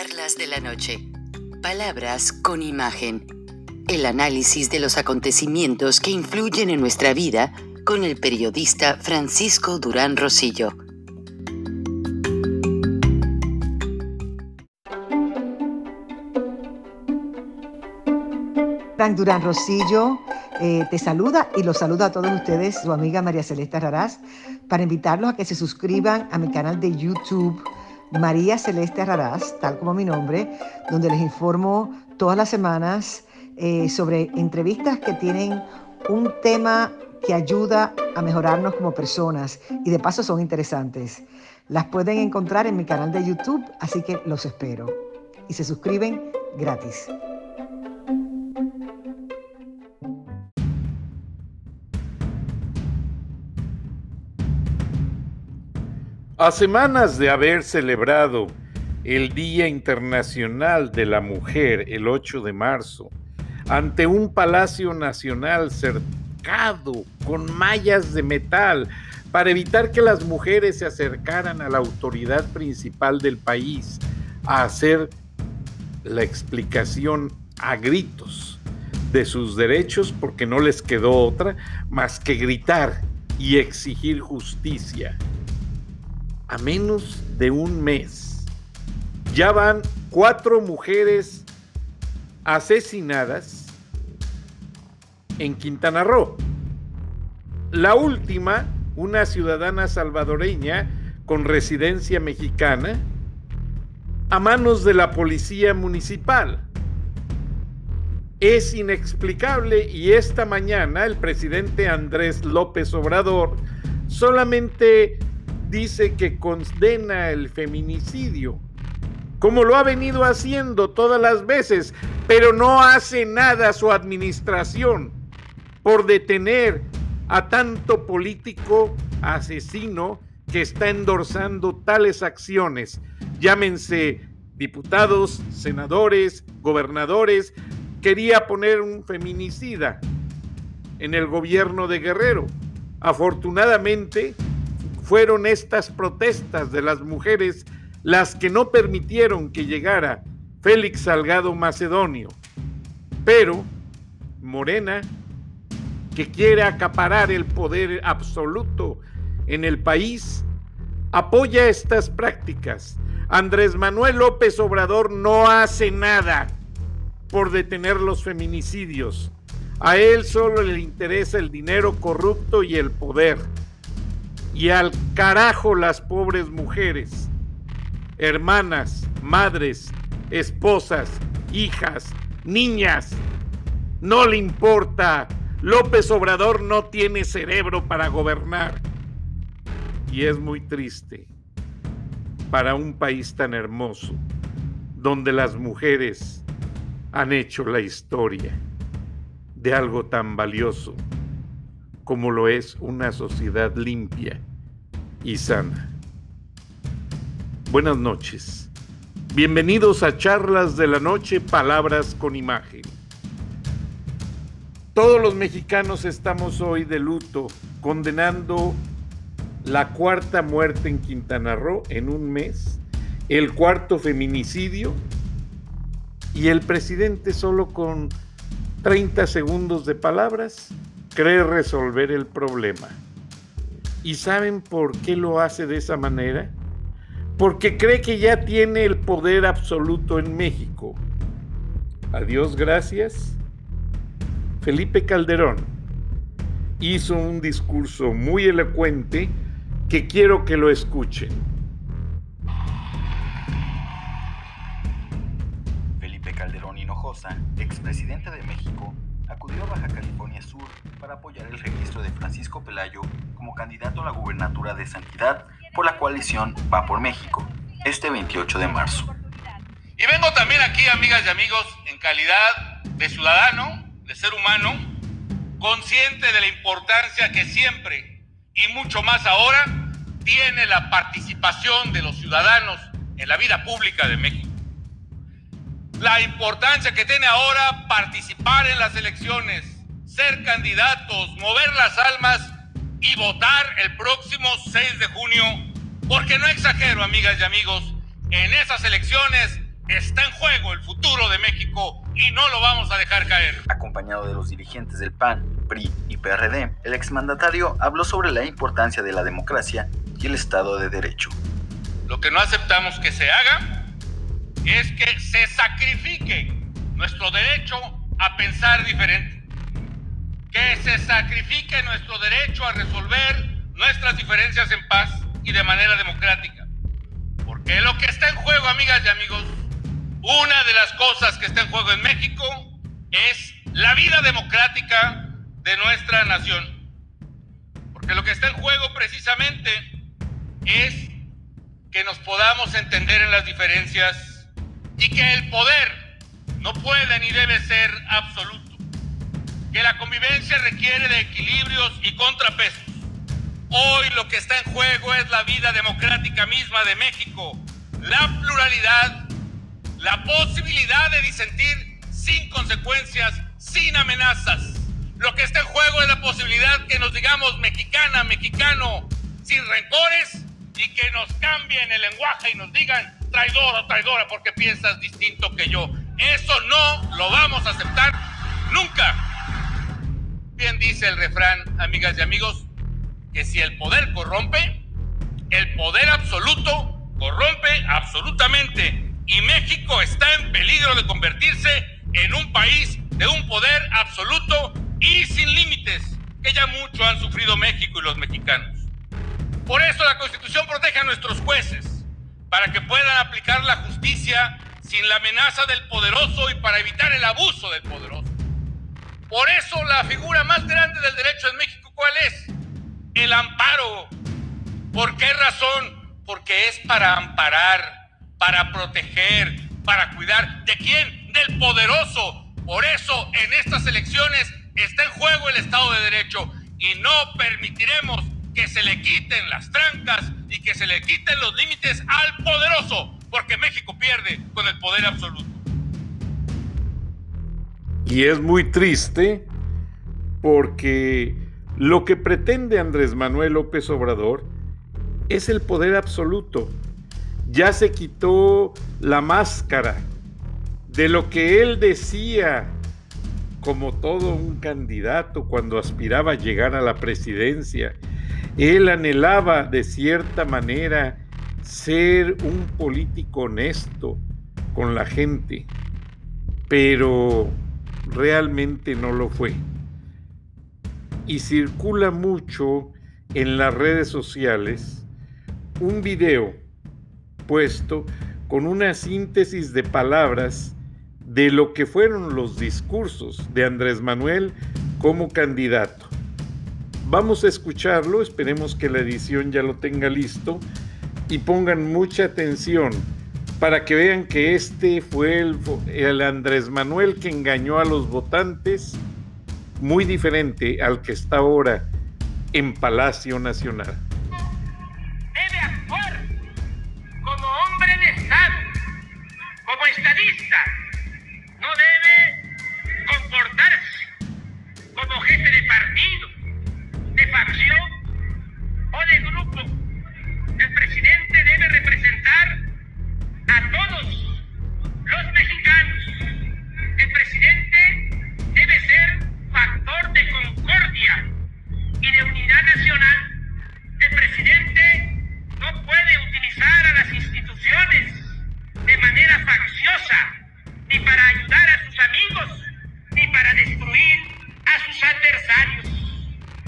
Charlas de la noche. Palabras con imagen. El análisis de los acontecimientos que influyen en nuestra vida con el periodista Francisco Durán Rosillo. Frank Durán Rosillo te saluda y los saluda a todos ustedes, su amiga María Celeste Raraz, para invitarlos a que se suscriban a mi canal de YouTube, María Celeste Raraz, tal como mi nombre, donde les informo todas las semanas sobre entrevistas que tienen un tema que ayuda a mejorarnos como personas y de paso son interesantes. Las pueden encontrar en mi canal de YouTube, así que los espero. Y se suscriben gratis. A semanas de haber celebrado el Día Internacional de la Mujer, el 8 de marzo, ante un Palacio Nacional cercado con mallas de metal para evitar que las mujeres se acercaran a la autoridad principal del país a hacer la explicación a gritos de sus derechos, porque no les quedó otra más que gritar y exigir justicia. A menos de un mes, ya van 4 mujeres asesinadas en Quintana Roo. La última, una ciudadana salvadoreña con residencia mexicana, a manos de la policía municipal. Es inexplicable y esta mañana el presidente Andrés López Obrador solamente dice que condena el feminicidio, como lo ha venido haciendo todas las veces, pero no hace nada su administración por detener a tanto político asesino que está endorsando tales acciones. Llámense diputados, senadores, gobernadores. Quería poner un feminicida en el gobierno de Guerrero. Afortunadamente, fueron estas protestas de las mujeres las que no permitieron que llegara Félix Salgado Macedonio. Pero Morena, que quiere acaparar el poder absoluto en el país, apoya estas prácticas. Andrés Manuel López Obrador no hace nada por detener los feminicidios. A él solo le interesa el dinero corrupto y el poder. Y al carajo las pobres mujeres, hermanas, madres, esposas, hijas, niñas. No le importa. López Obrador no tiene cerebro para gobernar. Y es muy triste para un país tan hermoso, donde las mujeres han hecho la historia de algo tan valioso como lo es una sociedad limpia y sana. Buenas noches. Bienvenidos a Charlas de la Noche, Palabras con Imagen. Todos los mexicanos estamos hoy de luto, condenando la 4ª muerte en Quintana Roo en un mes, el 4º feminicidio, y el presidente solo con 30 segundos de palabras cree resolver el problema. ¿Y saben por qué lo hace de esa manera? Porque cree que ya tiene el poder absoluto en México. A Dios gracias, Felipe Calderón hizo un discurso muy elocuente que quiero que lo escuchen. Felipe Calderón Hinojosa, expresidente de México, acudió a Baja California Sur para apoyar el registro de Francisco Pelayo como candidato a la gubernatura de Santidad por la coalición Va por México, este 28 de marzo. Y vengo también aquí, amigas y amigos, en calidad de ciudadano, de ser humano, consciente de la importancia que siempre, y mucho más ahora, tiene la participación de los ciudadanos en la vida pública de México. La importancia que tiene ahora participar en las elecciones, ser candidatos, mover las almas y votar el próximo 6 de junio, porque no exagero, amigas y amigos, en esas elecciones está en juego el futuro de México y no lo vamos a dejar caer. Acompañado de los dirigentes del PAN, PRI y PRD, el exmandatario habló sobre la importancia de la democracia y el Estado de Derecho. Lo que no aceptamos que se haga es que se sacrifique nuestro derecho a pensar diferente, que se sacrifique nuestro derecho a resolver nuestras diferencias en paz y de manera democrática. Porque lo que está en juego, amigas y amigos, una de las cosas que está en juego en México es la vida democrática de nuestra nación. Porque lo que está en juego precisamente es que nos podamos entender en las diferencias y que el poder no puede ni debe ser absoluto. Que la convivencia requiere de equilibrios y contrapesos. Hoy lo que está en juego es la vida democrática misma de México, la pluralidad, la posibilidad de disentir sin consecuencias, sin amenazas. Lo que está en juego es la posibilidad que nos digamos mexicana, mexicano, sin rencores y que nos cambien el lenguaje y nos digan traidor o traidora porque piensas distinto que yo. Eso no lo vamos a aceptar nunca. Bien dice el refrán, amigas y amigos, que si el poder corrompe, el poder absoluto corrompe absolutamente. Y México está en peligro de convertirse en un país de un poder absoluto y sin límites, que ya mucho han sufrido México y los mexicanos. Por eso la Constitución protege a nuestros jueces, para que puedan aplicar la justicia sin la amenaza del poderoso y para evitar el abuso del poderoso. Por eso la figura más grande del derecho en México, ¿cuál es? El amparo. ¿Por qué razón? Porque es para amparar, para proteger, para cuidar. ¿De quién? Del poderoso. Por eso en estas elecciones está en juego el Estado de Derecho y no permitiremos que se le quiten las trancas y que se le quiten los límites al poderoso, porque México pierde con el poder absoluto. Y es muy triste porque lo que pretende Andrés Manuel López Obrador es el poder absoluto. Ya se quitó la máscara de lo que él decía como todo un candidato cuando aspiraba a llegar a la presidencia. Él anhelaba de cierta manera ser un político honesto con la gente, pero realmente no lo fue. Y circula mucho en las redes sociales un video puesto con una síntesis de palabras de lo que fueron los discursos de Andrés Manuel como candidato. Vamos a escucharlo, esperemos que la edición ya lo tenga listo y pongan mucha atención para que vean que este fue el Andrés Manuel que engañó a los votantes, muy diferente al que está ahora en Palacio Nacional. Debe actuar como hombre de Estado, como estadista. No debe comportarse como jefe de partido, de facción o de grupo. El presidente debe representar a todos los mexicanos. El presidente debe ser factor de concordia y de unidad nacional. El presidente no puede utilizar a las instituciones de manera facciosa, ni para ayudar a sus amigos, ni para destruir a sus adversarios.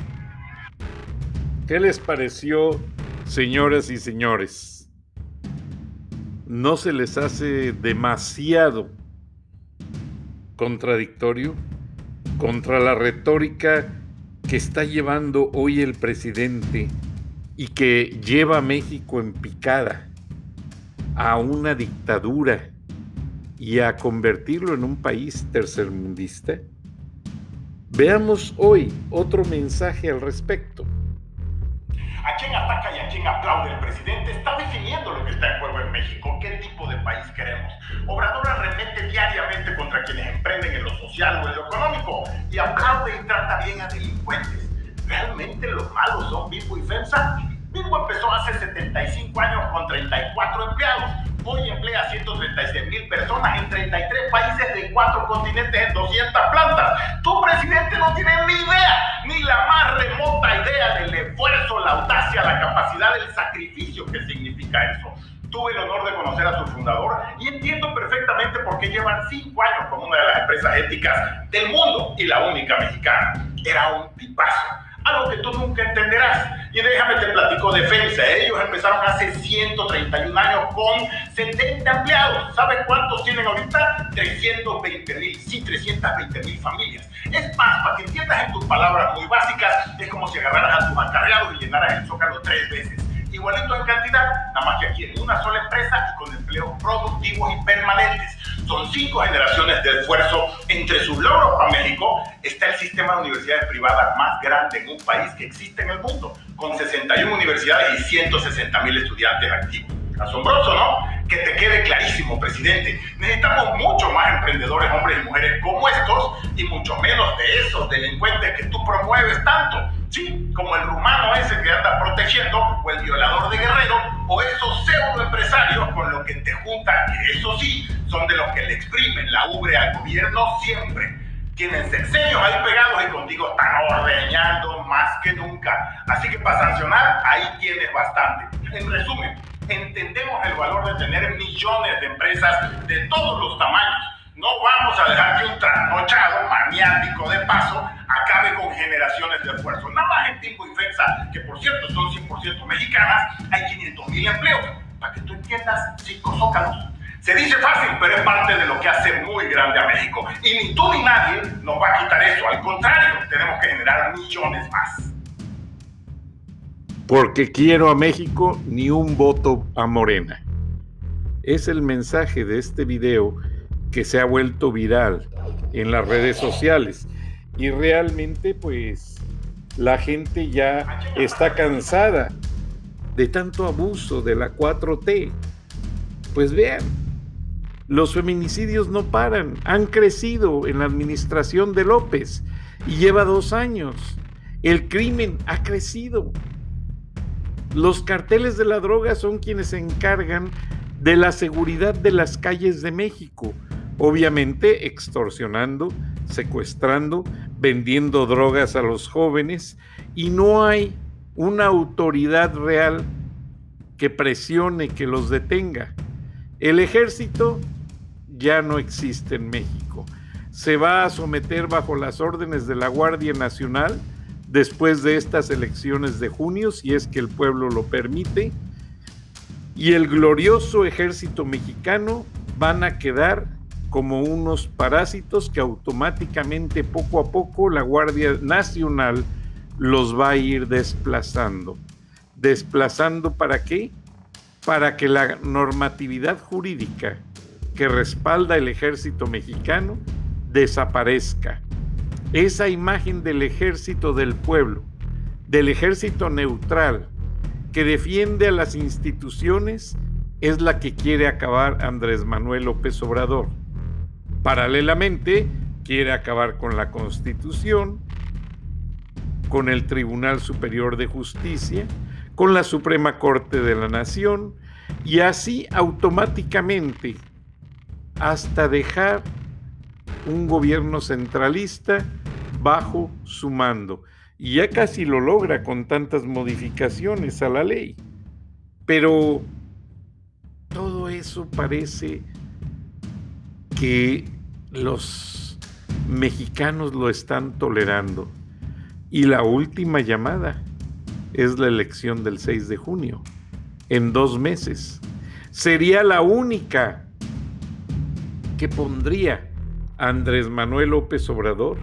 ¿Qué les pareció, señoras y señores? ¿No se les hace demasiado contradictorio contra la retórica que está llevando hoy el presidente y que lleva a México en picada a una dictadura y a convertirlo en un país tercermundista? Veamos hoy otro mensaje al respecto. A quien ataca y a quien aplaude el presidente está definiendo lo que está en juego en México, qué tipo de país queremos. Obrador arremete diariamente contra quienes emprenden en lo social o en lo económico y aplaude y trata bien a delincuentes. ¿Realmente los malos son Bimbo y FEMSA? Bimbo empezó hace 75 años con 34 empleados. Hoy emplea a 136,000 personas en 33 países de 4 continentes en 200 plantas. Tu presidente no tiene ni idea, ni la más remota idea del esfuerzo, la audacia, la capacidad, el sacrificio que significa eso. Tuve el honor de conocer a su fundador y entiendo perfectamente por qué llevan 5 años con una de las empresas éticas del mundo y la única mexicana. Era un tipazo, algo que tú nunca entenderás. Y déjame te platico de FEMSA. Ellos empezaron hace 131 años con 70 empleados. ¿Sabes cuántos tienen ahorita? 320,000, sí, 320,000 familias. Es más, para que entiendas en tus palabras muy básicas, es como si agarraras a tus acarreados y llenaras el Zócalo 3 veces. Igualito en cantidad, nada más que aquí en una sola empresa y con empleos productivos y permanentes. Son 5 generaciones de esfuerzo. Entre sus logros para México está el sistema de universidades privadas más grande en un país que existe en el mundo, con 61 universidades y 160,000 estudiantes activos. Asombroso, ¿no? Que te quede clarísimo, presidente. Necesitamos mucho más emprendedores, hombres y mujeres como estos, y mucho menos de esos delincuentes que tú promueves tanto. Sí, como el rumano ese que anda protegiendo, o el violador de Guerrero, o esos pseudoempresarios con los que te juntan, que eso sí, son de los que le exprimen la ubre al gobierno siempre. Tienen sexenios ahí pegados y contigo están ordeñando más que nunca. Así que para sancionar, ahí tienes bastante. En resumen, entendemos el valor de tener millones de empresas de todos los tamaños. No vamos a dejar que un trasnochado maniático de paso acabe con generaciones de esfuerzo. Nada más en Timbo y FEMSA, que por cierto son 100% mexicanas, hay 500,000 empleos. Para que tú entiendas, 5 zócalos. Se dice fácil, pero es parte de lo que hace muy grande a México. Y ni tú ni nadie nos va a quitar eso. Al contrario, tenemos que generar millones más. Porque quiero a México, ni un voto a Morena. Es el mensaje de este video que se ha vuelto viral en las redes sociales. Y realmente, pues, la gente ya está cansada de tanto abuso de la 4T. Pues vean, los feminicidios no paran, han crecido en la administración de López y lleva 2 años. El crimen ha crecido. Los carteles de la droga son quienes se encargan de la seguridad de las calles de México, obviamente extorsionando, secuestrando, vendiendo drogas a los jóvenes, y no hay una autoridad real que presione, que los detenga. El ejército ya no existe en México. Se va a someter bajo las órdenes de la Guardia Nacional después de estas elecciones de junio, si es que el pueblo lo permite, y el glorioso ejército mexicano van a quedar como unos parásitos que automáticamente, poco a poco, la Guardia Nacional los va a ir desplazando. ¿Desplazando para qué? Para que la normatividad jurídica que respalda el ejército mexicano desaparezca. Esa imagen del ejército del pueblo, del ejército neutral, que defiende a las instituciones, es la que quiere acabar Andrés Manuel López Obrador. Paralelamente, quiere acabar con la Constitución, con el Tribunal Superior de Justicia, con la Suprema Corte de la Nación, y así automáticamente hasta dejar un gobierno centralista bajo su mando. Y ya casi lo logra con tantas modificaciones a la ley. Pero todo eso parece que los mexicanos lo están tolerando. Y la última llamada es la elección del 6 de junio, en 2 meses. Sería la única que pondría a Andrés Manuel López Obrador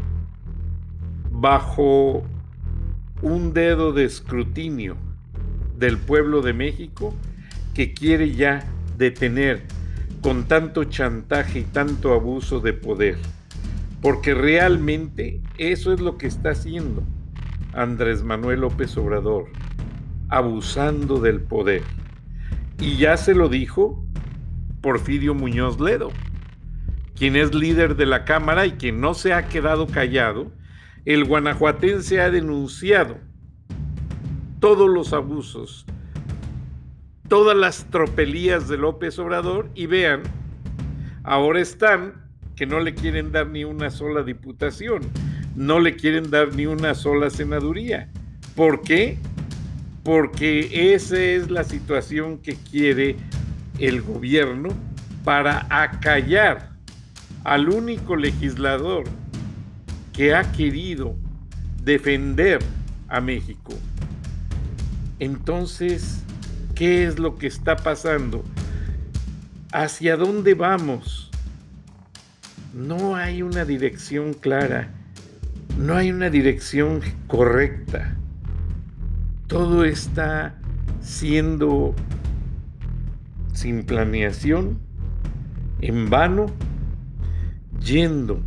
bajo un dedo de escrutinio del pueblo de México, que quiere ya detener con tanto chantaje y tanto abuso de poder, porque realmente eso es lo que está haciendo Andrés Manuel López Obrador, abusando del poder. Y ya se lo dijo Porfirio Muñoz Ledo, quien es líder de la Cámara y quien no se ha quedado callado. El guanajuatense ha denunciado todos los abusos todas las tropelías de López Obrador y vean, ahora están que no le quieren dar ni una sola diputación, no le quieren dar ni una sola senaduría. ¿Por qué? Porque esa es la situación que quiere el gobierno para acallar al único legislador que ha querido defender a México. Entonces, ¿qué es lo que está pasando? ¿Hacia dónde vamos? No hay una dirección clara, no hay una dirección correcta. Todo está siendo sin planeación, en vano, yendo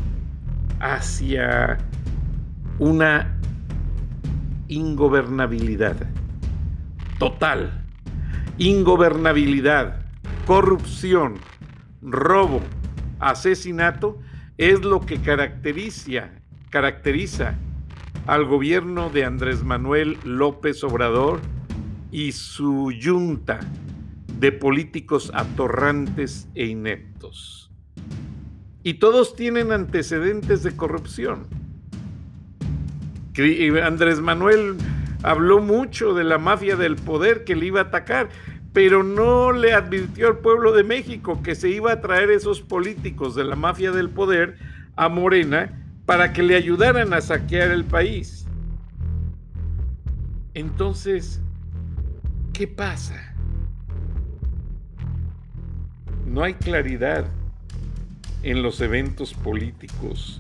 hacia una ingobernabilidad total, ingobernabilidad, corrupción, robo, asesinato, es lo que caracteriza al gobierno de Andrés Manuel López Obrador y su yunta de políticos atorrantes e ineptos. Y todos tienen antecedentes de corrupción. Andrés Manuel habló mucho de la mafia del poder que le iba a atacar, pero no le advirtió al pueblo de México que se iba a traer esos políticos de la mafia del poder a Morena para que le ayudaran a saquear el país. Entonces, ¿qué pasa? No hay claridad en los eventos políticos.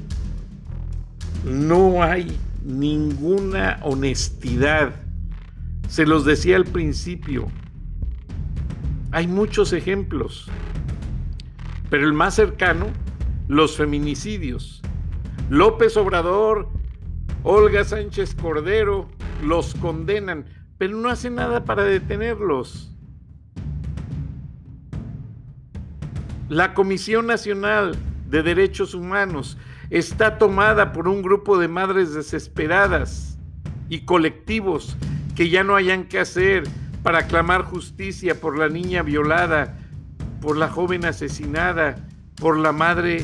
No hay ninguna honestidad. Se los decía al principio. Hay muchos ejemplos, pero el más cercano, los feminicidios. López Obrador, Olga Sánchez Cordero los condenan, pero no hacen nada para detenerlos. La Comisión Nacional de Derechos Humanos está tomada por un grupo de madres desesperadas y colectivos que ya no hayan qué hacer para clamar justicia por la niña violada, por la joven asesinada, por la madre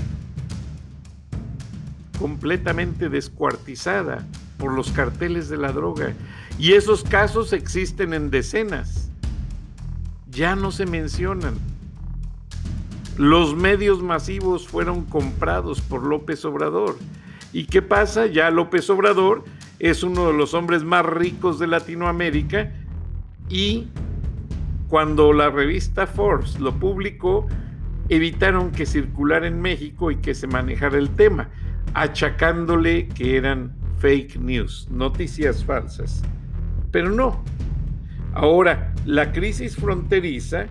completamente descuartizada por los carteles de la droga. Y esos casos existen en decenas. Ya no se mencionan. Los medios masivos fueron comprados por López Obrador. ¿Y qué pasa? Ya López Obrador es uno de los hombres más ricos de Latinoamérica y cuando la revista Forbes lo publicó, evitaron que circulara en México y que se manejara el tema, achacándole que eran fake news, noticias falsas. Pero no. Ahora, la crisis fronteriza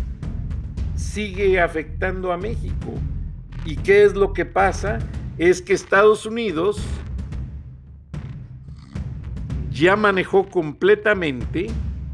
sigue afectando a México. ¿Y qué es lo que pasa? Es que Estados Unidos ya manejó completamente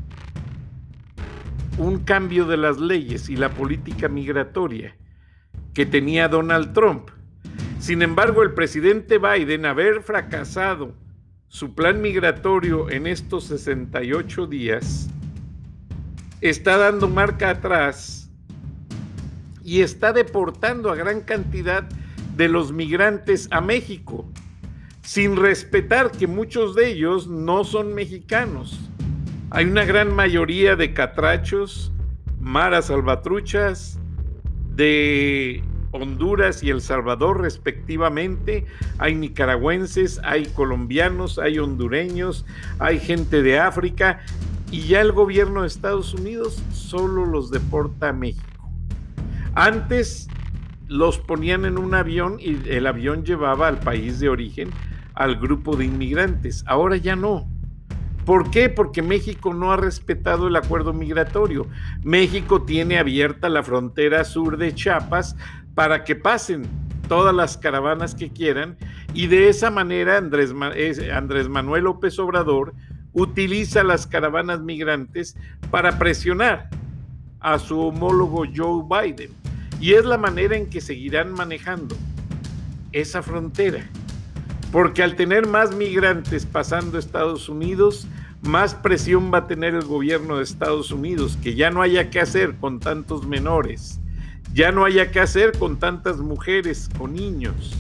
un cambio de las leyes y la política migratoria que tenía Donald Trump. Sin embargo, el presidente Biden, haber fracasado su plan migratorio en estos 68 días, está dando marca atrás y está deportando a gran cantidad de los migrantes a México, sin respetar que muchos de ellos no son mexicanos. Hay una gran mayoría de catrachos, maras salvatruchas, de Honduras y El Salvador respectivamente. Hay nicaragüenses, hay colombianos, hay hondureños, hay gente de África, y ya el gobierno de Estados Unidos solo los deporta a México. Antes los ponían en un avión y el avión llevaba al país de origen al grupo de inmigrantes. Ahora ya no. ¿Por qué? Porque México no ha respetado el acuerdo migratorio. México tiene abierta la frontera sur de Chiapas para que pasen todas las caravanas que quieran, y de esa manera Andrés Manuel López Obrador utiliza las caravanas migrantes para presionar a su homólogo Joe Biden, y es la manera en que seguirán manejando esa frontera, porque al tener más migrantes pasando a Estados Unidos, más presión va a tener el gobierno de Estados Unidos, que ya no haya que hacer con tantos menores, ya no haya que hacer con tantas mujeres, con niños.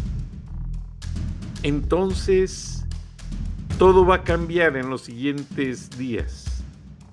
Entonces, todo va a cambiar en los siguientes días.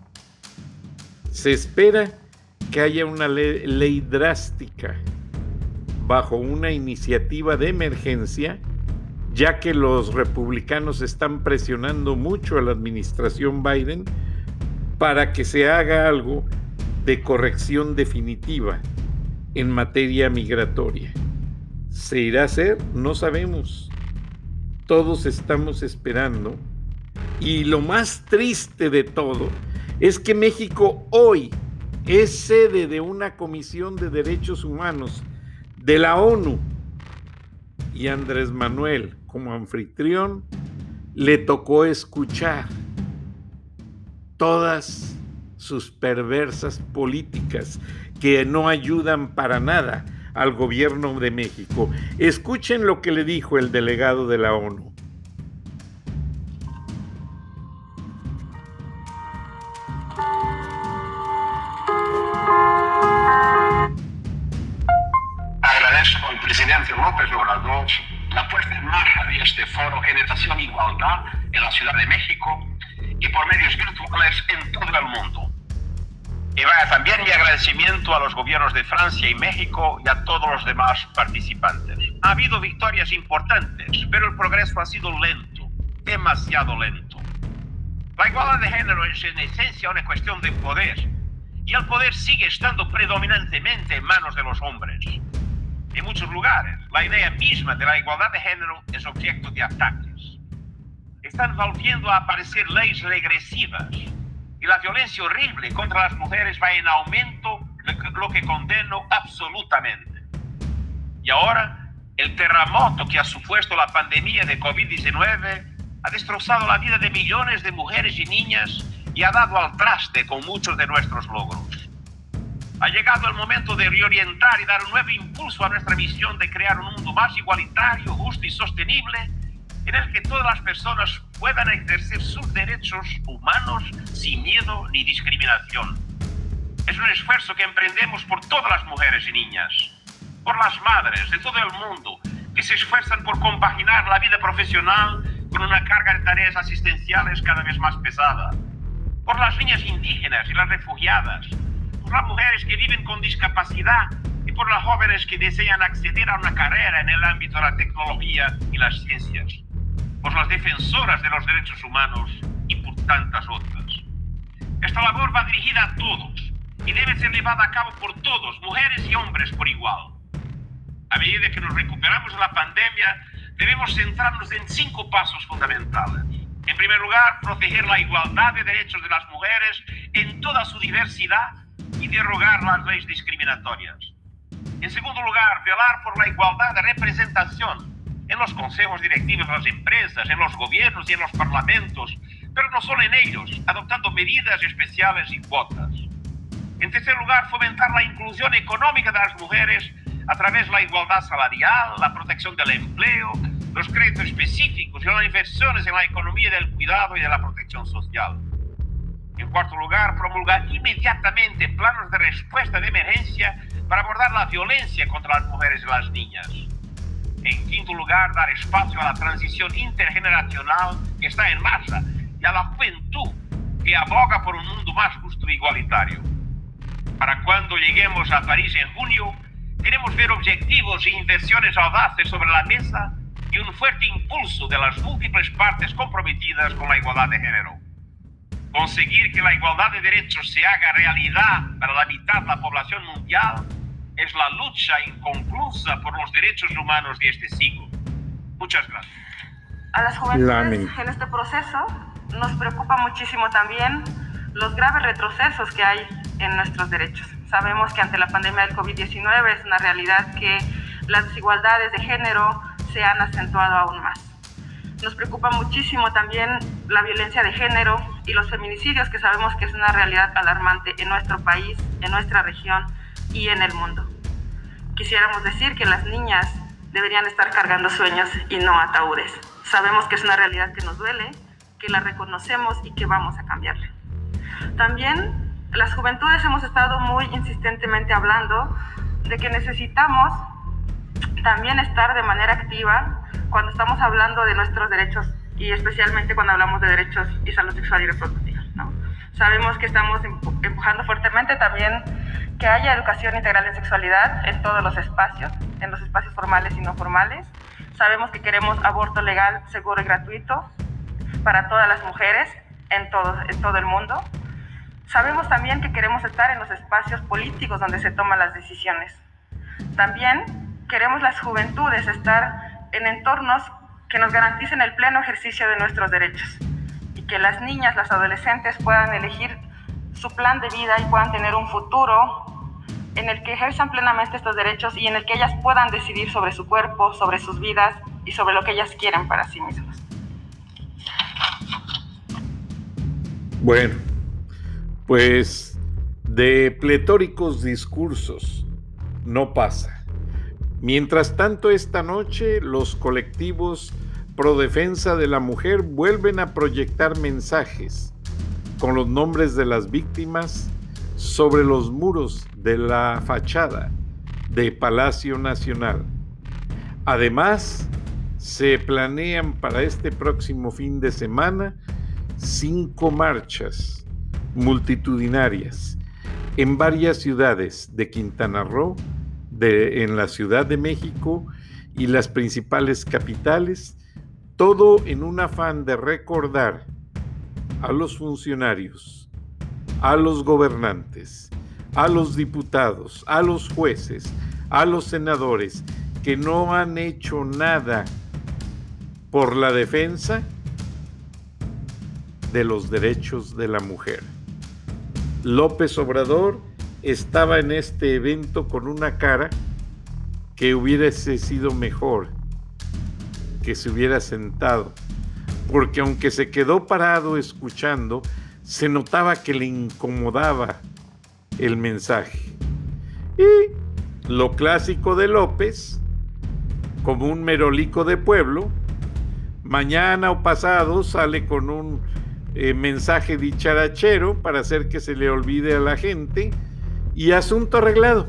Se espera que haya una ley drástica bajo una iniciativa de emergencia, ya que los republicanos están presionando mucho a la administración Biden para que se haga algo de corrección definitiva en materia migratoria. ¿Se irá a hacer? No sabemos. Todos estamos esperando. Y lo más triste de todo es que México hoy es sede de una Comisión de Derechos Humanos de la ONU, y Andrés Manuel, como anfitrión, le tocó escuchar todas sus perversas políticas que no ayudan para nada al gobierno de México. Escuchen lo que le dijo el delegado de la ONU. Agradezco al presidente López Obrador la puesta en marcha de este foro Generación Igualdad en la Ciudad de México y por medios virtuales en todo el mundo. Y vaya también mi agradecimiento a los gobiernos de Francia y México y a todos los demás participantes. Ha habido victorias importantes, pero el progreso ha sido lento, demasiado lento. La igualdad de género es en esencia una cuestión de poder, y el poder sigue estando predominantemente en manos de los hombres. En muchos lugares, la idea misma de la igualdad de género es objeto de ataques. Están volviendo a aparecer leyes regresivas y la violencia horrible contra las mujeres va en aumento, lo que condeno absolutamente. Y ahora, el terremoto que ha supuesto la pandemia de COVID-19 ha destrozado la vida de millones de mujeres y niñas y ha dado al traste con muchos de nuestros logros. Ha llegado el momento de reorientar y dar un nuevo impulso a nuestra misión de crear un mundo más igualitario, justo y sostenible, en el que todas las personas puedan ejercer sus derechos humanos sin miedo ni discriminación. Es un esfuerzo que emprendemos por todas las mujeres y niñas, por las madres de todo el mundo que se esfuerzan por compaginar la vida profesional con una carga de tareas asistenciales cada vez más pesada, por las niñas indígenas y las refugiadas, por las mujeres que viven con discapacidad y por las jóvenes que desean acceder a una carrera en el ámbito de la tecnología y las ciencias, por las defensoras de los derechos humanos y por tantas otras. Esta labor va dirigida a todos y debe ser llevada a cabo por todos, mujeres y hombres por igual. A medida que nos recuperamos de la pandemia, debemos centrarnos en 5 pasos fundamentales. En primer lugar, proteger la igualdad de derechos de las mujeres en toda su diversidad y derogar las leyes discriminatorias. En segundo lugar, velar por la igualdad de representación en los consejos directivos de las empresas, en los gobiernos y en los parlamentos, pero no solo en ellos, adoptando medidas especiales y cuotas. En tercer lugar, fomentar la inclusión económica de las mujeres a través de la igualdad salarial, la protección del empleo, los créditos específicos y las inversiones en la economía del cuidado y de la protección social. En cuarto lugar, promulgar inmediatamente planes de respuesta de emergencia para abordar la violencia contra las mujeres y las niñas. En quinto lugar, dar espacio a la transición intergeneracional que está en marcha y a la juventud que aboga por un mundo más justo e igualitario. Para cuando lleguemos a París en junio, queremos ver objetivos e inversiones audaces sobre la mesa y un fuerte impulso de las múltiples partes comprometidas con la igualdad de género. Conseguir que la igualdad de derechos se haga realidad para la mitad de la población mundial es la lucha inconclusa por los derechos humanos de este siglo. Muchas gracias. A las juventudes en este proceso nos preocupa muchísimo también los graves retrocesos que hay en nuestros derechos. Sabemos que ante la pandemia del COVID-19 es una realidad que las desigualdades de género se han acentuado aún más. Nos preocupa muchísimo también la violencia de género y los feminicidios, que sabemos que es una realidad alarmante en nuestro país, en nuestra región y en el mundo. Quisiéramos decir que las niñas deberían estar cargando sueños y no ataúdes. Sabemos que es una realidad que nos duele, que la reconocemos y que vamos a cambiarla. También las juventudes hemos estado muy insistentemente hablando de que necesitamos también estar de manera activa cuando estamos hablando de nuestros derechos y especialmente cuando hablamos de derechos y salud sexual y reproductiva, ¿no? Sabemos que estamos empujando fuertemente también que haya educación integral en sexualidad en todos los espacios, en los espacios formales y no formales. Sabemos que queremos aborto legal, seguro y gratuito para todas las mujeres en todo el mundo. Sabemos también que queremos estar en los espacios políticos donde se toman las decisiones. También queremos las juventudes estar en entornos que nos garanticen el pleno ejercicio de nuestros derechos y que las niñas, las adolescentes puedan elegir su plan de vida y puedan tener un futuro en el que ejerzan plenamente estos derechos y en el que ellas puedan decidir sobre su cuerpo, sobre sus vidas y sobre lo que ellas quieran para sí mismas. Bueno, pues de pletóricos discursos no pasa. Mientras tanto, esta noche los colectivos pro defensa de la mujer vuelven a proyectar mensajes con los nombres de las víctimas sobre los muros de la fachada de Palacio Nacional. Además, se planean para este próximo fin de semana 5 marchas multitudinarias en varias ciudades de Quintana Roo, en la Ciudad de México y las principales capitales, todo en un afán de recordar a los funcionarios, a los gobernantes, a los diputados, a los jueces, a los senadores que no han hecho nada por la defensa de los derechos de la mujer. López Obrador estaba en este evento con una cara que hubiese sido mejor que se hubiera sentado, porque aunque se quedó parado escuchando, se notaba que le incomodaba el mensaje. Y lo clásico de López, como un merolico de pueblo, mañana o pasado sale con un mensaje dicharachero para hacer que se le olvide a la gente y asunto arreglado.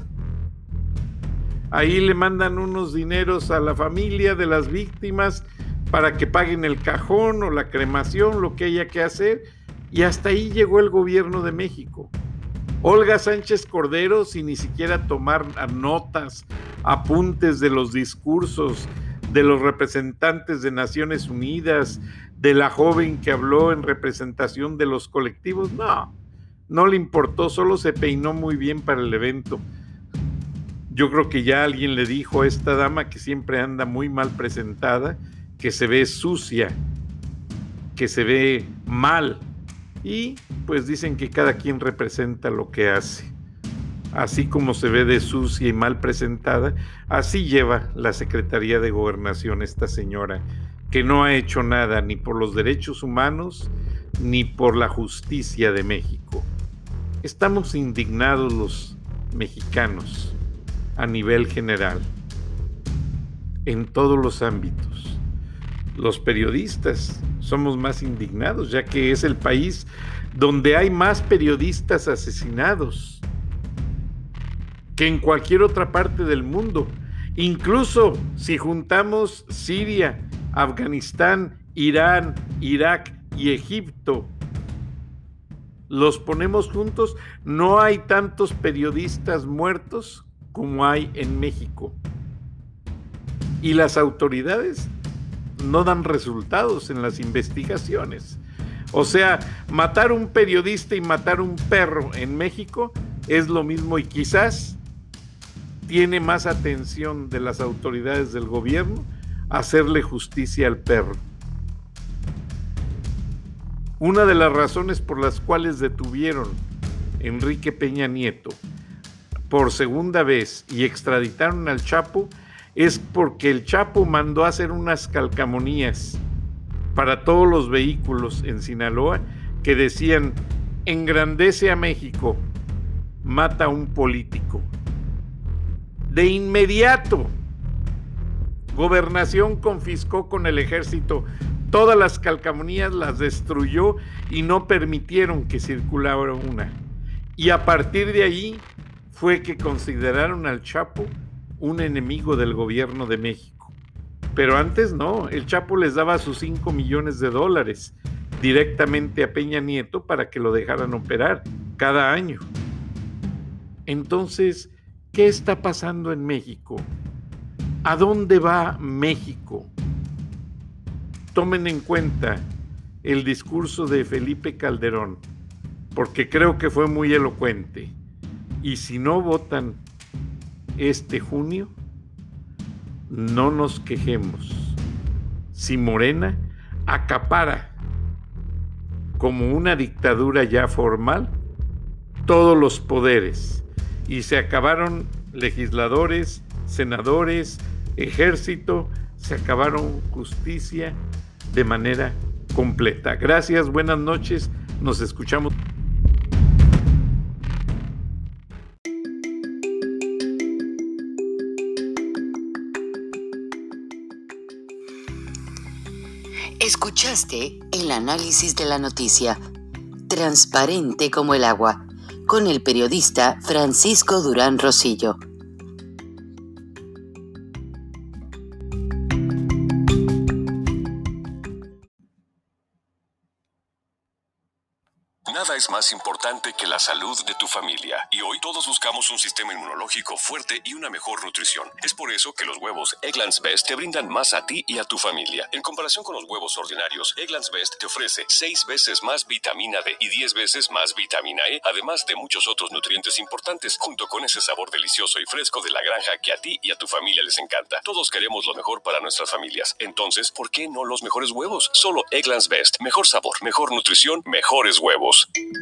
Ahí le mandan unos dineros a la familia de las víctimas para que paguen el cajón o la cremación, lo que haya que hacer, y hasta ahí llegó el gobierno de México. Olga Sánchez Cordero, sin ni siquiera tomar notas, apuntes de los discursos de los representantes de Naciones Unidas, de la joven que habló en representación de los colectivos, no le importó, solo se peinó muy bien para el evento. Yo creo que ya alguien le dijo a esta dama que siempre anda muy mal presentada, que se ve sucia, que se ve mal, y pues dicen que cada quien representa lo que hace. Así como se ve de sucia y mal presentada, así lleva la Secretaría de Gobernación esta señora, que no ha hecho nada ni por los derechos humanos ni por la justicia de México. Estamos indignados los mexicanos a nivel general, en todos los ámbitos. Los periodistas somos más indignados, ya que es el país donde hay más periodistas asesinados que en cualquier otra parte del mundo. Incluso si juntamos Siria, Afganistán, Irán, Irak y Egipto, los ponemos juntos, no hay tantos periodistas muertos como hay en México. Y las autoridades no dan resultados en las investigaciones. O sea, matar un periodista y matar un perro en México es lo mismo, y quizás tiene más atención de las autoridades del gobierno hacerle justicia al perro. Una de las razones por las cuales detuvieron a Enrique Peña Nieto por segunda vez y extraditaron al Chapo es porque el Chapo mandó a hacer unas calcamonías para todos los vehículos en Sinaloa que decían: engrandece a México, mata a un político. De inmediato, Gobernación confiscó con el ejército todas las calcamonías las destruyó y no permitieron que circulara una. Y a partir de ahí fue que consideraron al Chapo un enemigo del gobierno de México. Pero antes no, el Chapo les daba sus $5 millones directamente a Peña Nieto para que lo dejaran operar cada año. Entonces, ¿qué está pasando en México? ¿A dónde va México? Tomen en cuenta el discurso de Felipe Calderón, porque creo que fue muy elocuente. Y si no votan este junio, no nos quejemos. Si Morena acapara como una dictadura ya formal todos los poderes y se acabaron legisladores, senadores, ejército, se acabaron justicia de manera completa. Gracias, buenas noches, nos escuchamos. Escuchaste el análisis de la noticia, transparente como el agua, con el periodista Francisco Durán Rosillo. Nada es más importante que la salud de tu familia, y hoy todos buscamos un sistema inmunológico fuerte y una mejor nutrición. Es por eso que los huevos Eggland's Best te brindan más a ti y a tu familia. En comparación con los huevos ordinarios, Eggland's Best te ofrece 6 veces más vitamina D y 10 veces más vitamina E, además de muchos otros nutrientes importantes, junto con ese sabor delicioso y fresco de la granja que a ti y a tu familia les encanta. Todos queremos lo mejor para nuestras familias. Entonces, ¿por qué no los mejores huevos? Solo Eggland's Best. Mejor sabor, mejor nutrición, mejores huevos.